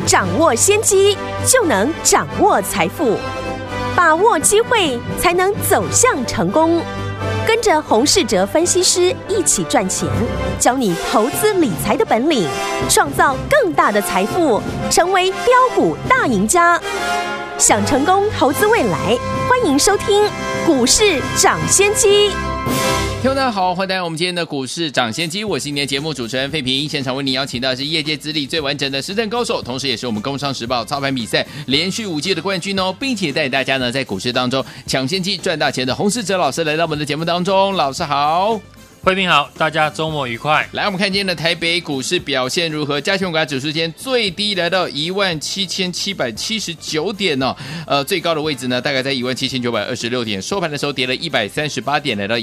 掌握先机，就能掌握财富。把握机会，才能走向成功。跟着洪士哲分析师一起赚钱，教你投资理财的本领，创造更大的财富，成为标股大赢家。想成功投资未来，欢迎收听股市涨先机。 听众大家好，欢迎来到我们今天的股市涨先机，我是今天的节目主持人费平。现场为你邀请到的是业界资历最完整的实战高手，同时也是我们工商时报操盘比赛连续5届的冠军哦，并且带领大家呢在股市当中抢先机赚大钱的洪士哲老师来到我们的节目当中。老师好。 慧平好，大家周末愉快。 来，我们看今天的台北股市表现如何？加权股价指数今天最低来到17779点哦，最高的位置呢大概在17926点，收盘的时候跌了138点，来到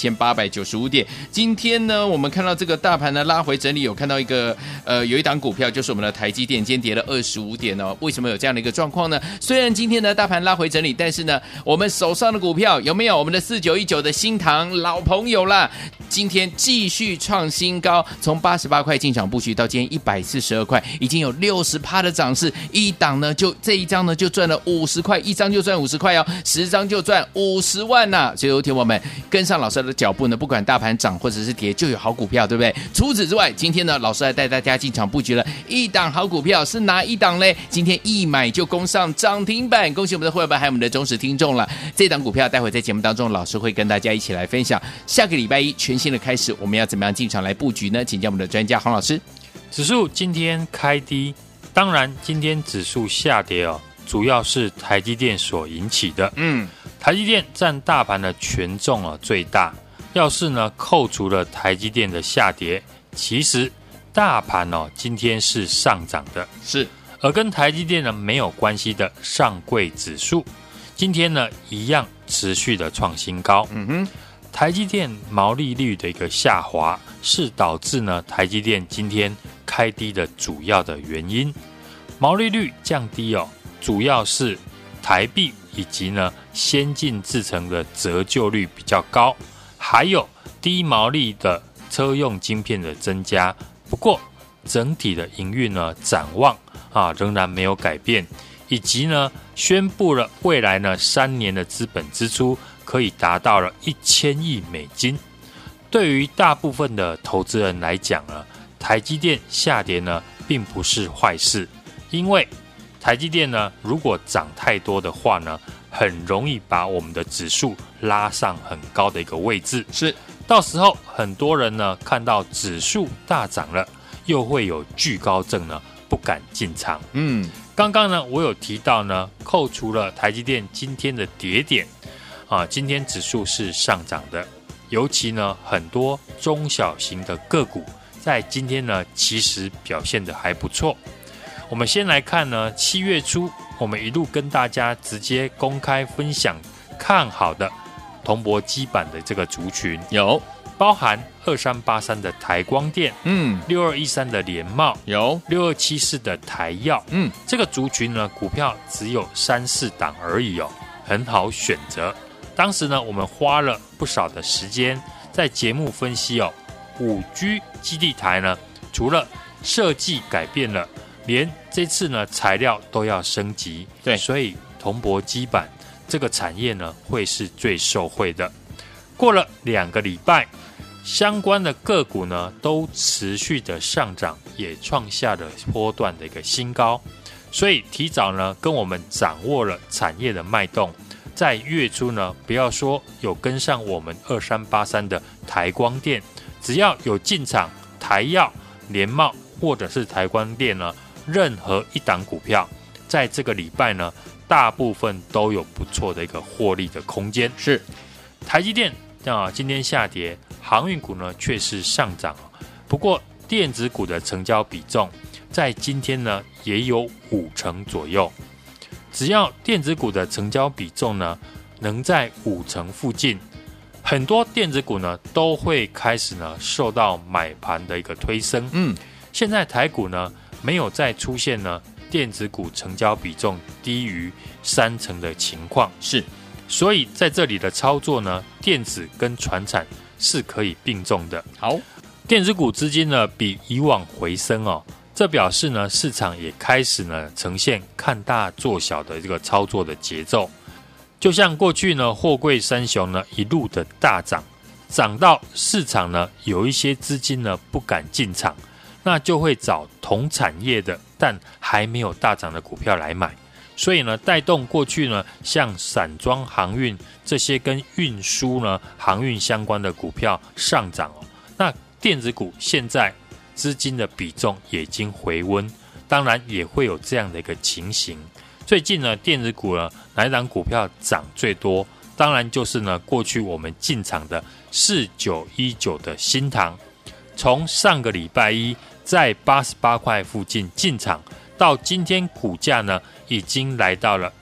17895点。今天呢，我们看到这个大盘呢拉回整理，有看到一个有一档股票就是我们的台积电，今天跌了25点哦。为什么有这样的一个状况呢？虽然今天呢大盘拉回整理，但是呢，我们手上的股票有没有我们的4919的新唐老朋友啦？今天继续创新高，从88块进场布局到今天142块，已经有60%的涨势，一档呢就这一张呢就赚了50块，一张就赚50块哦，10张就赚50万呐！所以有听我们跟上老师的脚步呢，不管大盘涨或者是跌，就有好股票，对不对？除此之外，今天呢老师还带大家进场布局了一档好股票，是哪一档嘞？今天一买就攻上涨停板，恭喜我们的会员还有我们的忠实听众了。这档股票待会在节目当中，老师会跟大家一起来分享。下个礼拜一全新的开始，我们要怎么样进场来布局呢？请教我们的专家洪老师。 指数今天开低，当然今天指数下跌哦，主要是台积电所引起的。台积电占大盘的权重哦最大。要是呢扣除了台积电的下跌，其实大盘哦今天是上涨的。 是， 而跟台积电呢没有关系的上柜指数，今天呢一样持续的创新高。台积电毛利率的一个下滑，是导致呢台积电今天开低的主要的原因。毛利率降低哦，主要是台币以及呢先进制程的折旧率比较高，还有低毛利的车用晶片的增加。不过整体的营运呢展望仍然没有改变，以及呢宣布了未来呢3年的资本支出可以达到了1000亿美金。对于大部分的投资人来讲呢，台积电下跌呢并不是坏事，因为台积电呢如果涨太多的话呢，很容易把我们的指数拉上很高的一个位置。 是， 到时候很多人呢看到指数大涨了，又会有惧高症呢，不敢进场。刚刚呢我有提到呢，扣除了台积电今天的跌点今天指数是上涨的，尤其呢很多中小型的个股在今天呢其实表现得还不错。我们先来看呢7月初我们一路跟大家直接公开分享看好的铜箔基板的这个族群， 有包含2383的台光电，6213的联茂， 有 6274的台耀，这个族群呢股票只有3-4档而已哦，很好选择。当时呢我们花了不少的时间在节目分析哦，5G 基地台呢除了设计改变了，连这次呢材料都要升级， 对， 所以铜箔基板这个产业呢会是最受惠的。过了2个礼拜，相关的个股呢都持续的上涨，也创下了波段的一个新高，所以提早呢跟我们掌握了产业的脉动，在月初呢不要说有跟上我们2383的台光电，只要有进场台耀、联茂或者是台光电呢，任何一档股票在这个礼拜呢大部分都有不错的一个获利的空间。 是， 台积电今天下跌，航运股呢却是上涨，不过电子股的成交比重在今天呢也有50%左右。只要电子股的成交比重呢能在50%附近，很多电子股呢都会开始呢受到买盘的一个推升。现在台股呢没有再出现呢电子股成交比重低于30%的情况， 是， 所以在这里的操作呢，电子跟传产是可以并重的。 好， 电子股资金呢比以往回升哦， 这表示呢，市场也开始呢呈现看大做小的这个操作的节奏。就像过去呢，货柜三雄呢一路的大涨，涨到市场呢有一些资金呢不敢进场，那就会找同产业的但还没有大涨的股票来买，所以呢带动过去呢像散装航运这些跟运输呢航运相关的股票上涨哦。那电子股现在资金的比重也已经回温，当然也会有这样的一个情形。最近呢，电子股呢哪一档股票涨最多？当然就是呢过去我们进场的4919的新唐，从上个礼拜一在88块附近进场，到今天股价呢已经来到了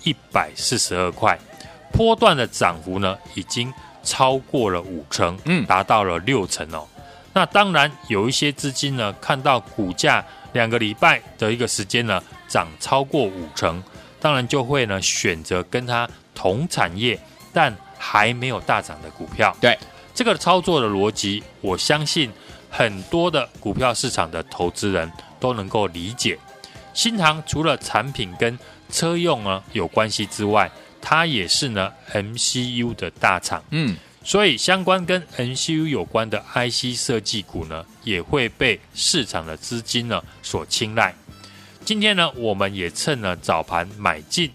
142块，波段的涨幅呢已经超过了5成，达到了6成哦。那当然有一些资金呢看到股价2个礼拜的一个时间呢涨超过5成，当然就会呢选择跟它同产业但还没有大涨的股票。 对， 这个操作的逻辑，我相信很多的股票市场的投资人都能够理解。新唐除了产品跟车用呢有关系之外，它也是呢 MCU 的大厂，所以相关跟 MCU 有关的 IC 设计股呢，也会被市场的资金呢所青睐。今天呢，我们也趁呢早盘买进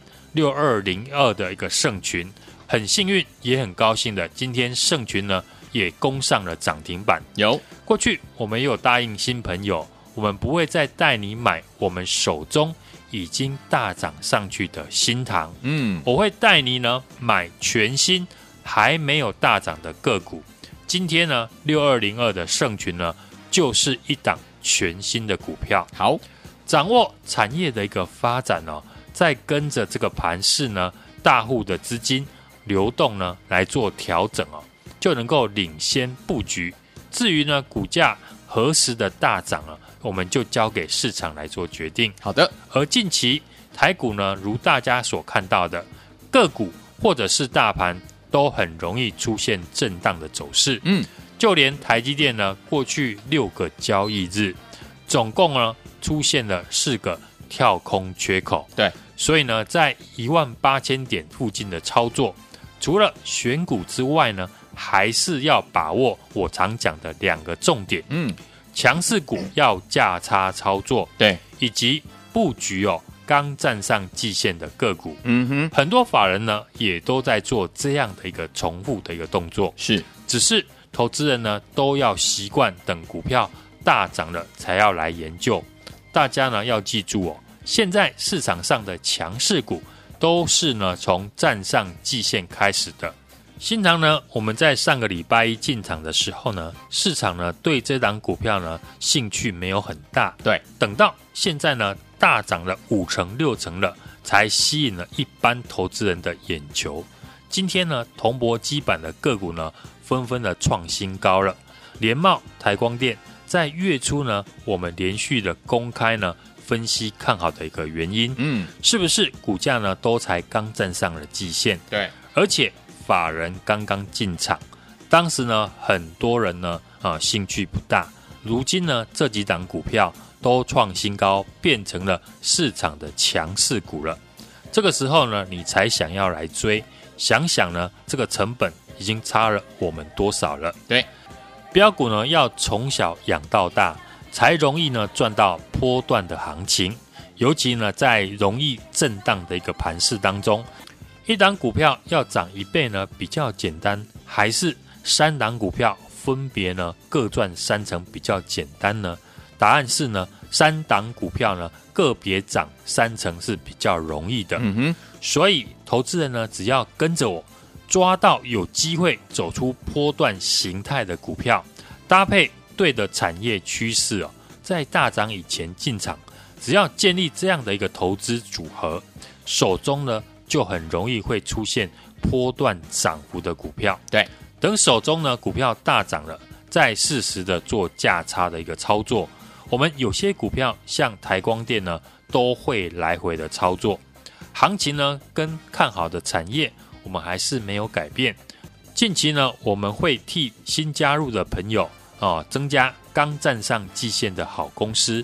6202的一个盛群，很幸运也很高兴的，今天盛群呢也攻上了涨停板。 有过去我们也有答应新朋友，我们不会再带你买我们手中已经大涨上去的新唐，我会带你呢买全新还没有大涨的个股。今天呢6202的盛群呢就是一档全新的股票。 好， 掌握产业的一个发展哦，再跟着这个盘势呢，大户的资金流动呢来做调整哦，就能够领先布局。至于呢股价何时的大涨啊，我们就交给市场来做决定。 好的， 而近期台股呢，如大家所看到的，个股或者是大盘都很容易出现震荡的走势。就连台积电呢，过去6个交易日，总共呢出现了4个跳空缺口。 对， 所以呢，在18000点附近的操作，除了选股之外呢，还是要把握我常讲的2个重点。强势股要价差操作， 对， 以及布局哦刚站上季线的个股。很多法人呢也都在做这样的一个重复的一个动作， 是， 只是投资人呢都要习惯等股票大涨了才要来研究。大家呢要记住哦，现在市场上的强势股都是呢从站上季线开始的。新唐呢，我们在上个礼拜一进场的时候呢，市场呢对这档股票呢兴趣没有很大， 对， 等到现在呢大涨了5成6成了，才吸引了一般投资人的眼球。今天呢，铜箔基板的个股呢纷纷的创新高了，联茂、台光电在月初呢，我们连续的公开呢分析看好的一个原因，是不是股价呢都才刚站上了季线？ 对， 而且法人刚刚进场，当时呢很多人呢兴趣不大，如今呢这几档股票都创新高，变成了市场的强势股了。这个时候呢你才想要来追，想想呢这个成本已经差了我们多少了。 对， 标股呢要从小养到大，才容易呢赚到波段的行情。尤其呢在容易震荡的一个盘势当中，一档股票要涨1倍呢比较简单，还是3档股票分别呢各赚3成比较简单呢？答案是呢3档股票呢个别涨3成是比较容易的。所以投资人呢只要跟着我，抓到有机会走出波段形态的股票，搭配对的产业趋势哦，在大涨以前进场，只要建立这样的一个投资组合，手中呢就很容易会出现波段涨幅的股票。 对， 等手中呢股票大涨了，再适时的做价差的一个操作。我们有些股票像台光电呢，都会来回的操作。行情呢跟看好的产业，我们还是没有改变。近期呢，我们会替新加入的朋友增加刚站上季线的好公司， 是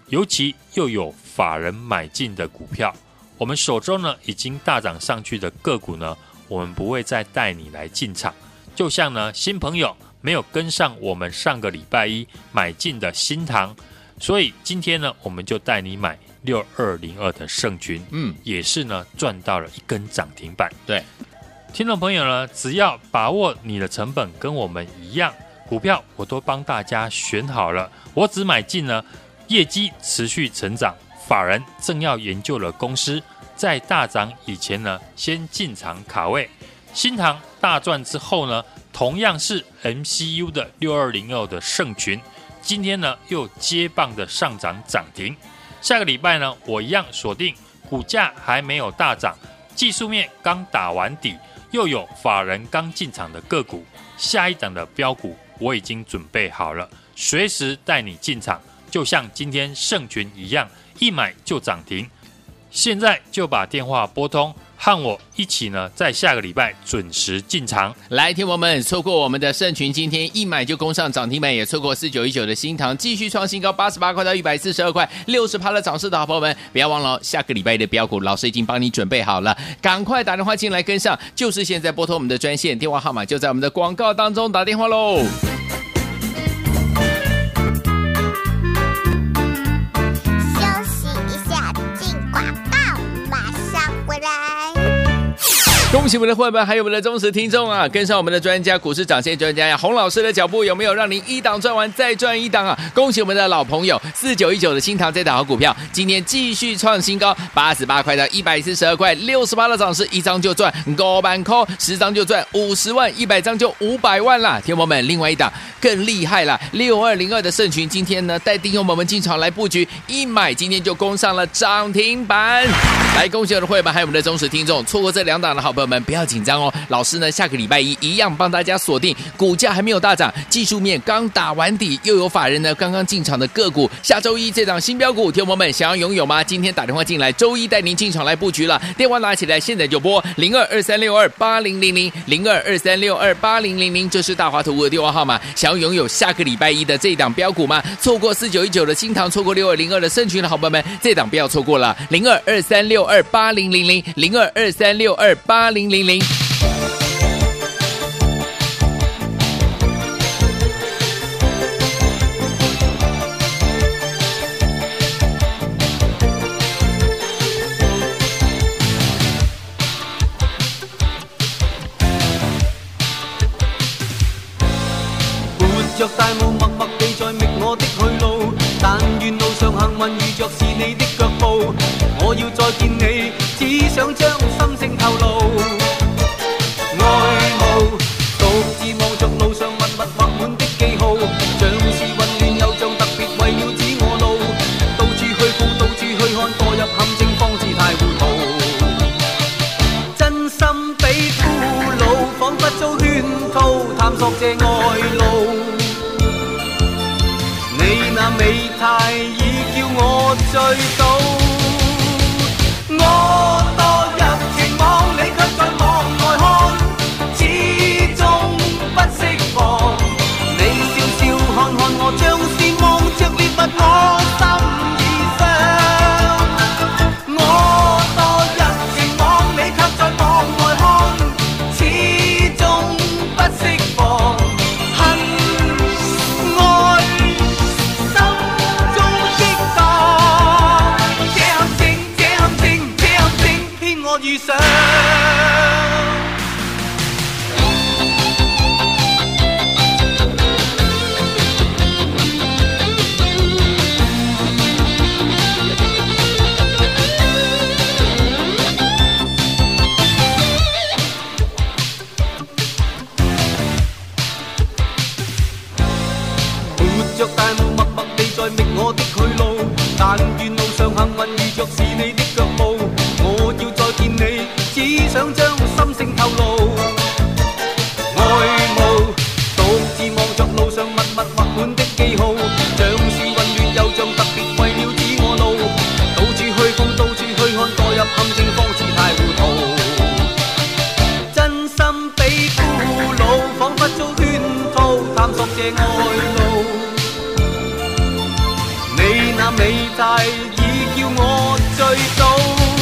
尤其又有法人买进的股票，我们手中呢已经大涨上去的个股呢，我们不会再带你来进场。就像呢新朋友没有跟上我们上个礼拜一买进的新唐，所以今天呢我们就带你买6202的盛群，也是呢赚到了一根涨停板。 对， 听众朋友呢，只要把握你的成本跟我们一样，股票我都帮大家选好了，我只买进呢业绩持续成长，法人正要研究的公司，在大涨以前呢先进场卡位。新唐大赚之后呢，同样是 MCU 的6202的盛群，今天呢又接棒的上涨涨停。下个礼拜呢，我一样锁定股价还没有大涨，技术面刚打完底，又有法人刚进场的个股，下一档的标股我已经准备好了，随时带你进场，就像今天盛群一样，一买就涨停。现在就把电话拨通，和我一起呢，在下个礼拜准时进场。 来，听友们，错过我们的盛群，今天一买就攻上涨停板，也错过4919的新唐，继续创新高，88块到142块，60%的涨势的好朋友们，不要忘了下个礼拜的标股，老师已经帮你准备好了，赶快打电话进来跟上，就是现在拨通我们的专线，电话号码就在我们的广告当中，打电话喽。恭喜我们的伙伴还有我们的忠实听众啊，跟上我们的专家股市涨线专家呀洪老师的脚步，有没有让您一档赚完再赚一档啊？恭喜我们的老朋友4919的新唐这档好股票，今天继续创新高，88块到142块，60%的涨势，一张就赚5万块，10张就赚50万，100张就500万啦！听友们，另外一档更厉害啦，6202的盛群，今天呢带弟兄们进场来布局，一买今天就攻上了涨停板。来，恭喜我的会员还有我们的忠实听众，错过这两档的好朋友们不要紧张哦，老师呢下个礼拜一样帮大家锁定股价还没有大涨，技术面刚打完底，又有法人呢刚刚进场的个股，下周一这档新标股，听友们想要拥有吗？今天打电话进来，周一带您进场来布局了，电话拿起来，现在就拨0223628000 0223628000，这是大华投顾的电话号码。想要拥有下个礼拜一的这一档标股吗？错过4919的新唐，错过6202的盛群的好朋友们，这档不要错过了，0223628000 0223628000。 着大霧默默地在覓我的去路，但願路上幸運遇着是你的腳步。我要再見你，只想將心聲透露。愛慕獨自望着路上密密畫滿的記號，像是混亂又像特別為了指我路。到處去顧，到處去看，墮入陷阱方知太糊塗。真心比俘虜，彷彿遭圈套，探索這愛路。你那美態已叫我醉倒，我墮入情網，你卻在網外看，始終不釋放。你笑笑看看我，像是望着獵物，我心已傷。我墮入情網，你卻在網外看，始終不釋放。遇上活着大霧默默地在覓我的去路，但願路上幸運遇着是你的腳步。我要再見你，只想將心聲透露。愛慕獨自望着路上密密畫滿的記號，像是混亂又像特別為了指我路。到處去碰，到處去看，墮入陷阱方知太糊塗。真心比俘虜，彷彿遭圈套，探索這愛路。你那美債已叫我醉倒。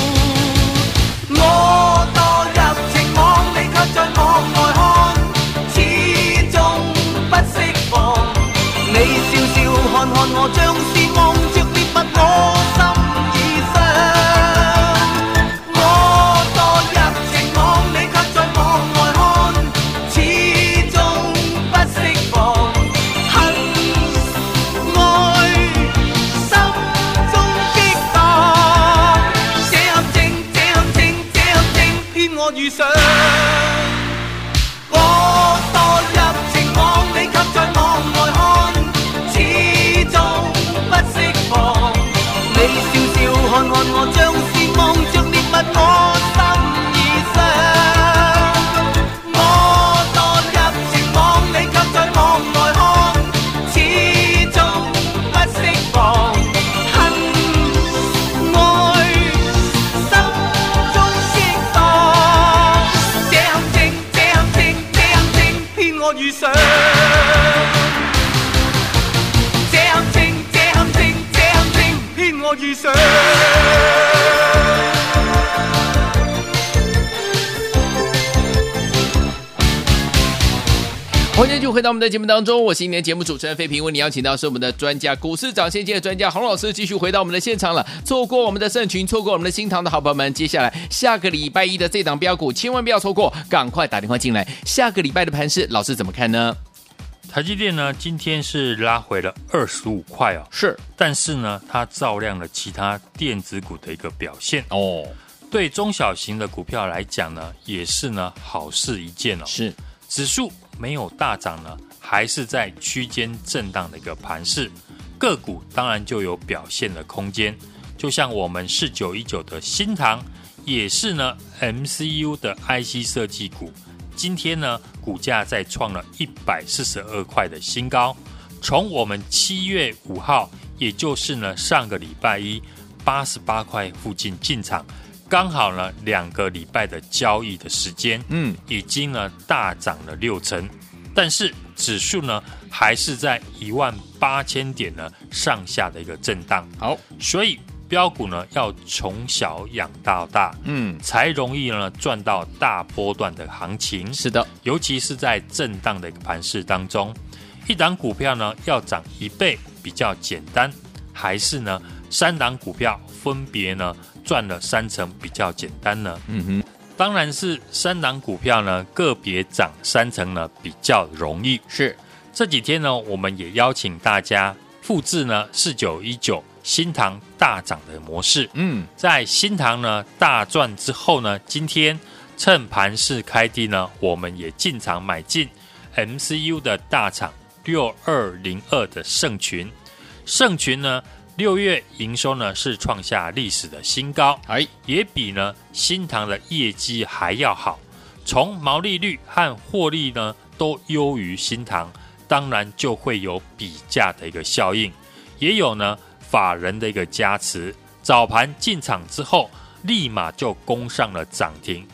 我墮入情網，你卻在網外看，始終不釋放。你笑笑看看我，像是望着獵物我心已傷。我墮入情網，你卻在網外看，始終不釋放。恨愛心中激盪，這陷阱，這陷阱，這陷阱，偏我遇上。我墮入情網，你卻在網外看，始終不釋放。你笑笑看看我，像是望着獵物我心已傷。我墮入情網，你卻在網外看，始終不釋放。恨愛心中激盪，這陷阱，這陷阱，這陷阱，偏我遇上。這陷阱，這陷阱，這陷阱，偏我遇上。 欢迎继续回到我们的节目当中，我是今天的节目主持人费平，为你邀请到是我们的专家股市涨先机的专家洪老师，继续回到我们的现场了。错过我们的盛群，错过我们的新唐的好朋友们，接下来下个礼拜一的这档标股千万不要错过，赶快打电话进来。下个礼拜的盘势，老师怎么看呢？ 台积电呢，今天是拉回了25块哦， 是， 但是呢，它照亮了其他电子股的一个表现哦。 对中小型的股票来讲呢，也是呢好事一件哦。 是， 指数没有大涨呢，还是在区间震荡的一个盘势，个股当然就有表现的空间。就像我们4919的新唐，也是呢 MCU 的 IC 设计股，今天呢股价再创了142块的新高。从我们7月5号，也就是呢上个礼拜一88块附近进场，刚好呢2个礼拜的交易的时间，已经呢大涨了60%，但是指数呢还是在18000点呢上下的一个震荡。好，所以标股呢要从小养到大，才容易呢赚到大波段的行情。 是的， 尤其是在震荡的一个盘势当中，一档股票呢要涨1倍比较简单，还是呢3档股票分别呢赚了3成比较简单呢？当然是3档股票呢个别涨3成呢比较容易。 是， 这几天呢我们也邀请大家复制呢4919新唐大涨的模式。在新唐呢大赚之后呢，今天趁盘势开低呢，我们也进场买进 MCU 的大厂6202的盛群。盛群呢6月营收呢是创下历史的新高，也比呢新唐的业绩还要好，从毛利率和获利呢都优于新唐，当然就会有比价的一个效应，也有呢法人的一个加持。早盘进场之后，立马就攻上了涨停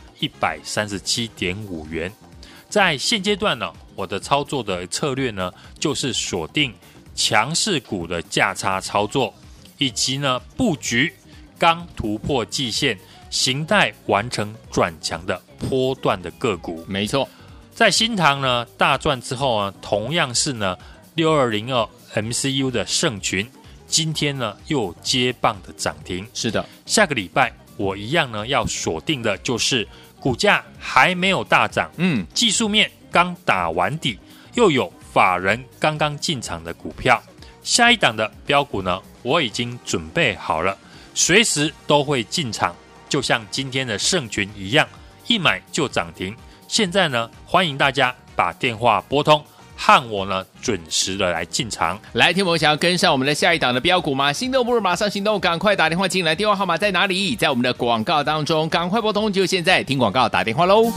137.5元。在现阶段呢，我的操作的策略呢，就是锁定强势股的价差操作，以及呢布局刚突破季线、形态完成转强的波段的个股。 没错， 在新唐呢大赚之后呢，同样是呢6202 MCU 的盛群，今天呢又接棒的涨停。 是的， 下个礼拜我一样呢要锁定的就是股价还没有大涨，技术面刚打完底，又有法人刚刚进场的股票。下一档的标股呢，我已经准备好了，随时都会进场，就像今天的盛群一样，一买就涨停。现在呢，欢迎大家把电话拨通，和我呢准时的来进场。 来，听我们想要跟上我们的下一档的标股吗？心动不如马上行动，赶快打电话进来，电话号码在哪里？在我们的广告当中，赶快拨通，就现在听广告打电话喽。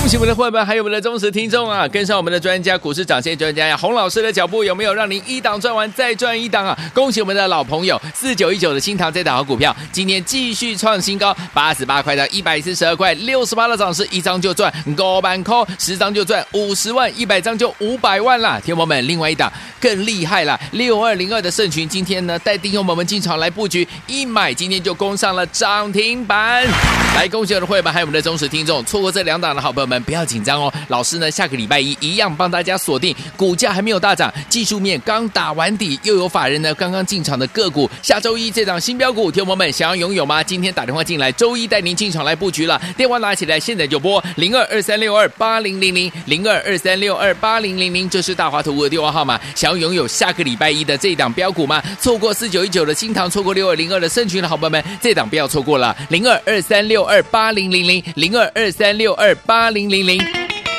喜我们的伙伴还有我们的忠实听众啊，跟上我们的专家股市涨线专家呀洪老师的脚步，有没有让您一档赚完再赚一档啊？恭喜我们的老朋友4919的新唐这档好股票，今天继续创新高，88块到142块，60%的涨势，一张就赚5万块，10张就赚50万，100张就500万啦！天友们，另外一档更厉害啦，6202的盛群，今天呢带弟兄们进场来布局，一买今天就攻上了涨停板。来，恭喜我的会员还有我们的忠实听众，错过这2档的好朋友们不要紧张哦，老师呢下个礼拜一一样帮大家锁定股价还没有大涨，技术面刚打完底，又有法人呢刚刚进场的个股，下周一这档新标股，听友们想要拥有吗？今天打电话进来，周一带您进场来布局了，电话拿起来，现在就拨0223628000 0223628000，这是大华投顾的电话号码。想要拥有下个礼拜一的这一档标股吗？错过4919的新唐，错过6202的盛群的好朋友们，这档不要错过了，0223628000 0223628000。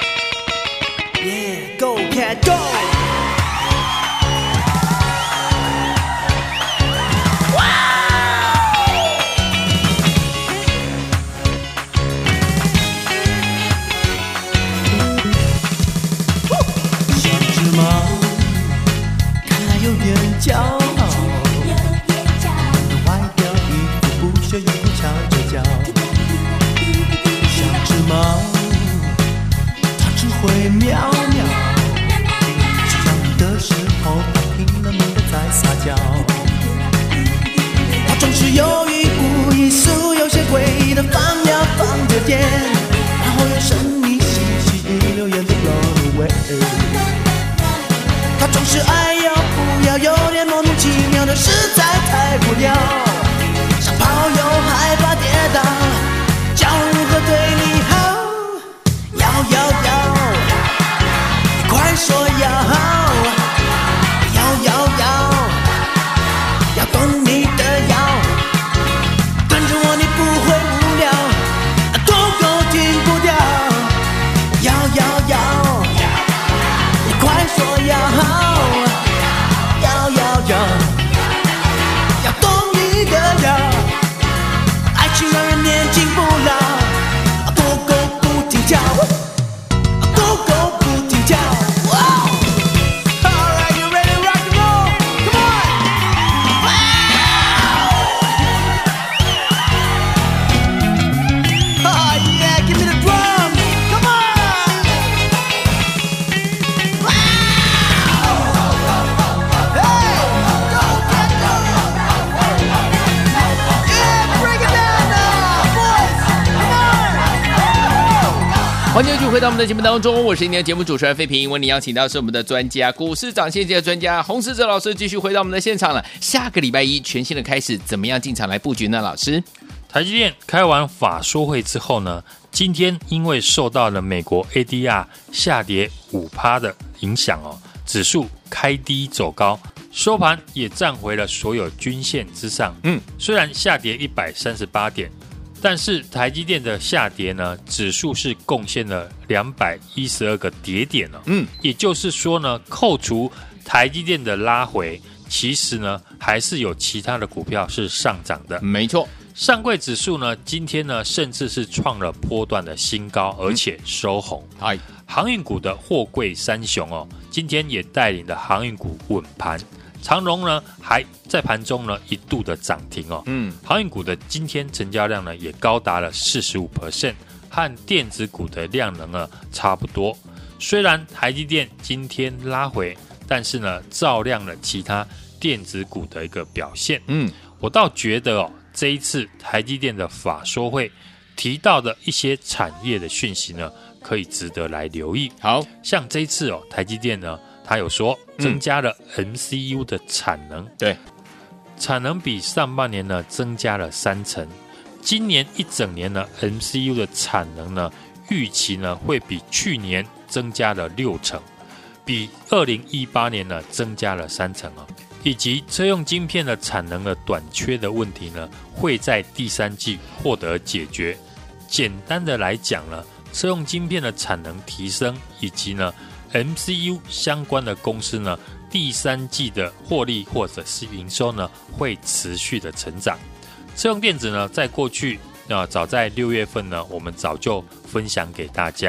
Yeah, go cat go！ 像只猫，看来有点骄傲，外表一副不屑一顾翘着脚，像只猫。只会喵喵，吃药的时候它拼了命的在撒娇，它总是有意无意，似乎有些诡异的放呀放着电，然后又神秘兮兮一溜烟的 blow away。它总是爱要不要，有点莫名其妙的，实在太无聊，想跑又害怕跌倒，叫如何对你好？要快说要动你的腰，跟着我你不会无聊，动够停不掉，要你快说要动你的腰，爱情让人年轻不老，多够不停跳。 欢迎继续回到我们的节目当中，我是今天的节目主持人费平，为你邀请到是我们的专家股市涨线界的专家洪士哲老师，继续回到我们的现场了。下个礼拜一全新的开始，怎么样进场来布局呢？老师， 台积电开完法说会之后呢，今天因为受到了美国 ADR 下跌 5% 的影响哦，指数开低走高，收盘也站回了所有均线之上。虽然下跌138点。但是台积电的下跌呢，指数是贡献了212个跌点哦。也就是说呢，扣除台积电的拉回，其实呢还是有其他的股票是上涨的。 没错， 上柜指数呢，今天呢甚至是创了波段的新高，而且收红。航运股的货柜三雄哦，今天也带领了航运股稳盘。长荣呢还在盘中呢一度的涨停哦，航运股的今天成交量呢也高达了 45%， 和电子股的量能呢差不多。虽然台积电今天拉回，但是呢照亮了其他电子股的一个表现。我倒觉得哦，这一次台积电的法说会提到的一些产业的讯息呢，可以值得来留意。好像这一次哦，台积电呢。他有说增加了 MCU 的产能， 对， 产能比上半年呢增加了3成，今年一整年呢 MCU 的产能呢预期呢会比去年增加了6成，比2018年呢增加了3成哦，以及车用晶片的产能的短缺的问题呢会在第3季获得解决。简单的来讲呢，车用晶片的产能提升，以及呢MCU 相关的公司呢，第3季的获利或者是营收呢，会持续的成长。车用电子呢，在过去早在6月份呢，我们早就分享给大家，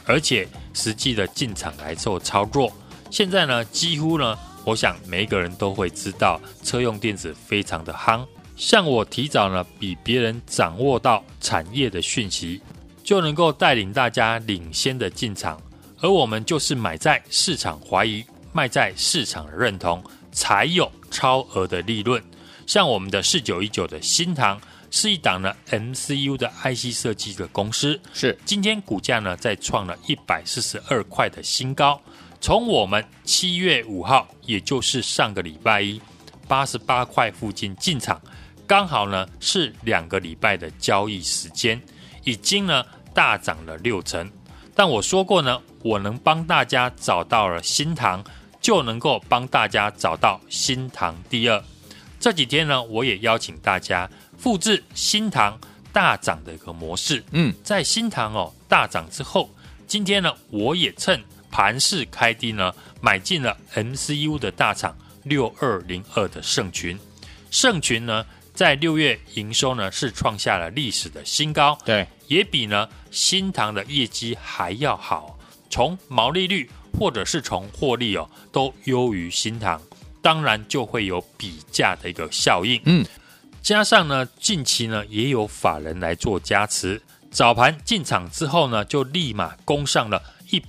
而且实际的进场来做操作。现在呢，几乎呢，我想每一个人都会知道车用电子非常的夯。像我提早呢比别人掌握到产业的讯息，就能够带领大家领先的进场。而我们就是买在市场怀疑，卖在市场的认同，才有超额的利润。像我们的4919的新唐是一档呢 MCU 的 IC 设计的公司， 是今天股价呢再创了142块的新高。从我们7月5号，也就是上个礼拜一，88块附近进场，刚好呢是2个礼拜的交易时间，已经呢大涨了6成。但我说过呢，我能帮大家找到了新唐，就能够帮大家找到新唐第二。这几天呢，我也邀请大家复制新唐大涨的一个模式。在新唐大涨之后，今天呢，我也趁盘势开低呢，买进了 MCU 的大厂6202的盛群。盛群呢，在6月营收呢是创下了历史的新高， 对， 也比呢新唐的业绩还要好，从毛利率或者是从获利都优于新唐，当然就会有比价的一个效应。加上呢近期呢也有法人来做加持，早盘进场之后呢，就立马攻上了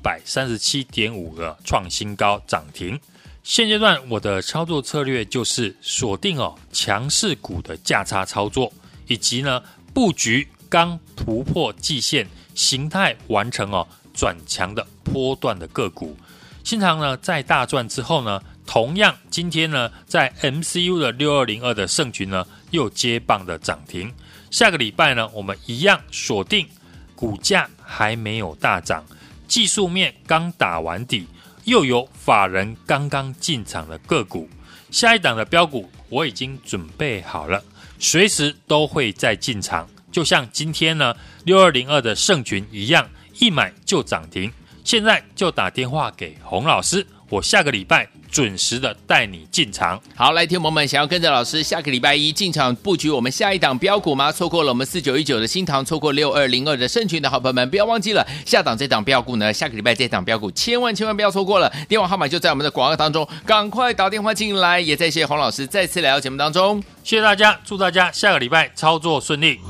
137.5个创新高涨停。现阶段我的操作策略就是锁定强势股的价差操作，以及呢布局刚突破季线形态完成转强的波段的个股。新唐呢在大赚之后呢，同样今天呢在 MCU 的6202的盛群呢又接棒的涨停。下个礼拜呢我们一样锁定股价还没有大涨，技术面刚打完底，又有法人刚刚进场的个股。下一档的标股我已经准备好了，随时都会再进场，就像今天呢6202的盛群一样，一买就涨停。现在就打电话给洪老师，我下个礼拜准时的带你进场。 好，来，听众朋友们，想要跟着老师下个礼拜一进场布局我们下一档标股吗？错过了我们4919的新唐，错过6202的盛群的好朋友们，不要忘记了下档这档标股呢，下个礼拜这档标股千万不要错过了。电话号码就在我们的广告当中，赶快打电话进来。也再谢谢洪老师再次来到节目当中， 谢谢大家，祝大家下个礼拜操作顺利。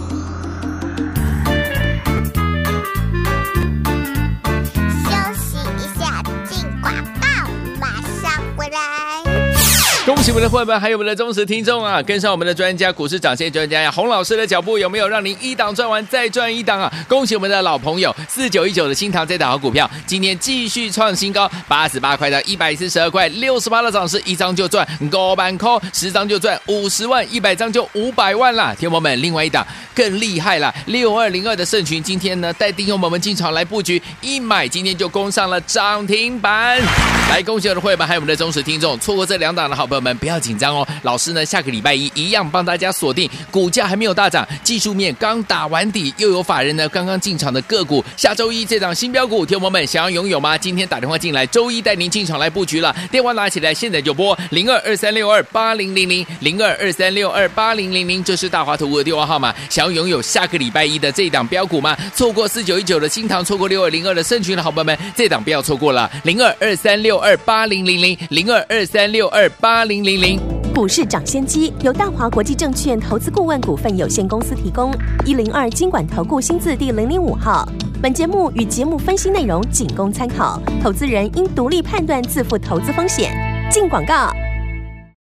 恭喜我们的会员还有我们的忠实听众啊，跟上我们的专家股市涨线专家呀洪老师的脚步，有没有让您一档赚完再赚一档啊？恭喜我们的老朋友4919的新唐这档好股票，今天继续创新高，88块到142块，60%的涨势，一张就赚5万块，10张就赚50万，100张就500万啦。听众们，另外一档更厉害啦，6202的盛群今天呢带弟兄们进场来布局，一买今天就攻上了涨停板。来，恭喜我的会员还有我们的忠实听众，错过这两档的好朋友们不要紧张哦，老师呢下个礼拜一样帮大家锁定股价还没有大涨，技术面刚打完底，又有法人呢刚刚进场的个股，下周一这档新标股，听众朋友们想要拥有吗？今天打电话进来，周一带您进场来布局了，电话拿起来，现在就拨0223628000 0223628000，这是大华投顾的电话号码。想要拥有下个礼拜一的这档标股吗？错过4919的新唐，错过6202的盛群的好朋友们，这档不要错过了，0223628000 0223628000。 股市涨先机由大华国际证券投资顾问股份有限公司提供，102金管投顾新字第005号。本节目与节目分析内容仅供参考，投资人应独立判断，自负投资风险。进广告。